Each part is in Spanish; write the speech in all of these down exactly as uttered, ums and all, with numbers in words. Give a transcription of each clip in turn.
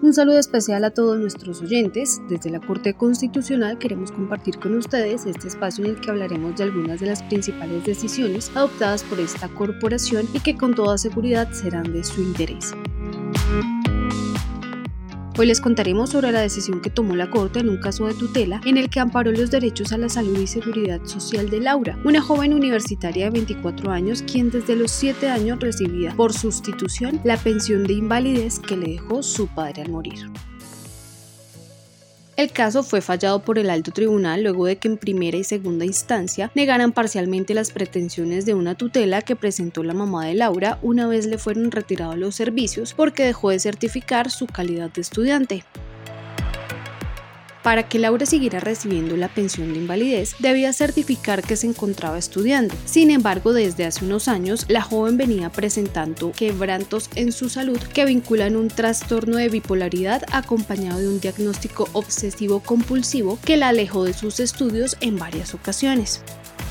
Un saludo especial a todos nuestros oyentes. Desde la Corte Constitucional queremos compartir con ustedes este espacio en el que hablaremos de algunas de las principales decisiones adoptadas por esta corporación y que con toda seguridad serán de su interés. Hoy les contaremos sobre la decisión que tomó la Corte en un caso de tutela en el que amparó los derechos a la salud y seguridad social de Laura, una joven universitaria de veinticuatro años quien desde los siete años recibía por sustitución la pensión de invalidez que le dejó su padre al morir. El caso fue fallado por el alto tribunal luego de que en primera y segunda instancia negaran parcialmente las pretensiones de una tutela que presentó la mamá de Laura una vez le fueron retirados los servicios porque dejó de certificar su calidad de estudiante. Para que Laura siguiera recibiendo la pensión de invalidez, debía certificar que se encontraba estudiando. Sin embargo, desde hace unos años, la joven venía presentando quebrantos en su salud que vinculan un trastorno de bipolaridad acompañado de un diagnóstico obsesivo-compulsivo que la alejó de sus estudios en varias ocasiones.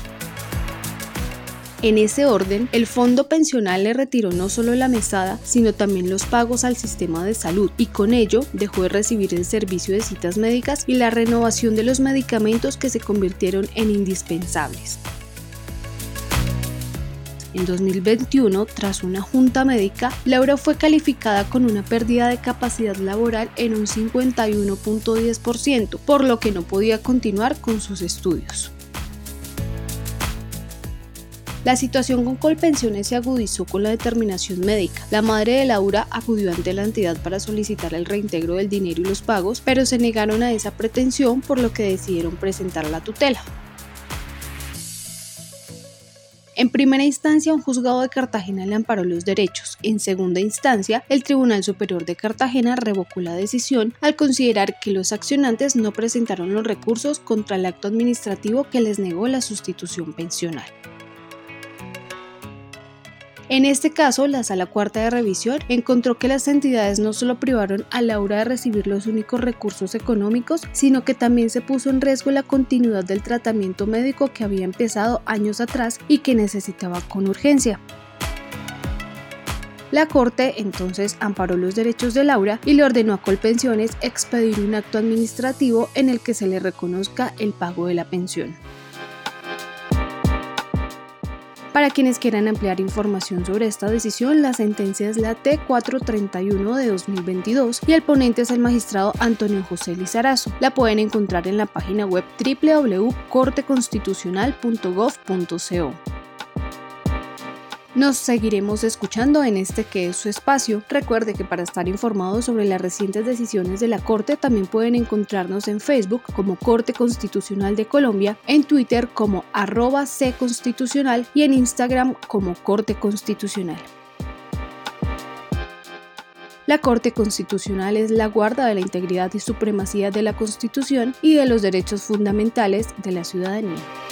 En ese orden, el fondo pensional le retiró no solo la mesada, sino también los pagos al sistema de salud y con ello dejó de recibir el servicio de citas médicas y la renovación de los medicamentos que se convirtieron en indispensables. En dos mil veintiuno, tras una junta médica, Laura fue calificada con una pérdida de capacidad laboral en un cincuenta y uno punto diez por ciento, por lo que no podía continuar con sus estudios. La situación con Colpensiones se agudizó con la determinación médica. La madre de Laura acudió ante la entidad para solicitar el reintegro del dinero y los pagos, pero se negaron a esa pretensión, por lo que decidieron presentar la tutela. En primera instancia, un juzgado de Cartagena le amparó los derechos. En segunda instancia, el Tribunal Superior de Cartagena revocó la decisión al considerar que los accionantes no presentaron los recursos contra el acto administrativo que les negó la sustitución pensional. En este caso, la Sala Cuarta de Revisión encontró que las entidades no solo privaron a Laura de recibir los únicos recursos económicos, sino que también se puso en riesgo la continuidad del tratamiento médico que había empezado años atrás y que necesitaba con urgencia. La Corte entonces amparó los derechos de Laura y le ordenó a Colpensiones expedir un acto administrativo en el que se le reconozca el pago de la pensión. Para quienes quieran ampliar información sobre esta decisión, la sentencia es la T cuatrocientos treinta y uno de dos mil veintidós y el ponente es el magistrado Antonio José Lizarazo. La pueden encontrar en la página web doble u doble u doble u punto corte constitucional punto gov punto co. Nos seguiremos escuchando en este que es su espacio. Recuerde que para estar informados sobre las recientes decisiones de la Corte también pueden encontrarnos en Facebook como Corte Constitucional de Colombia, en Twitter como arroba cconstitucional y en Instagram como Corte Constitucional. La Corte Constitucional es la guarda de la integridad y supremacía de la Constitución y de los derechos fundamentales de la ciudadanía.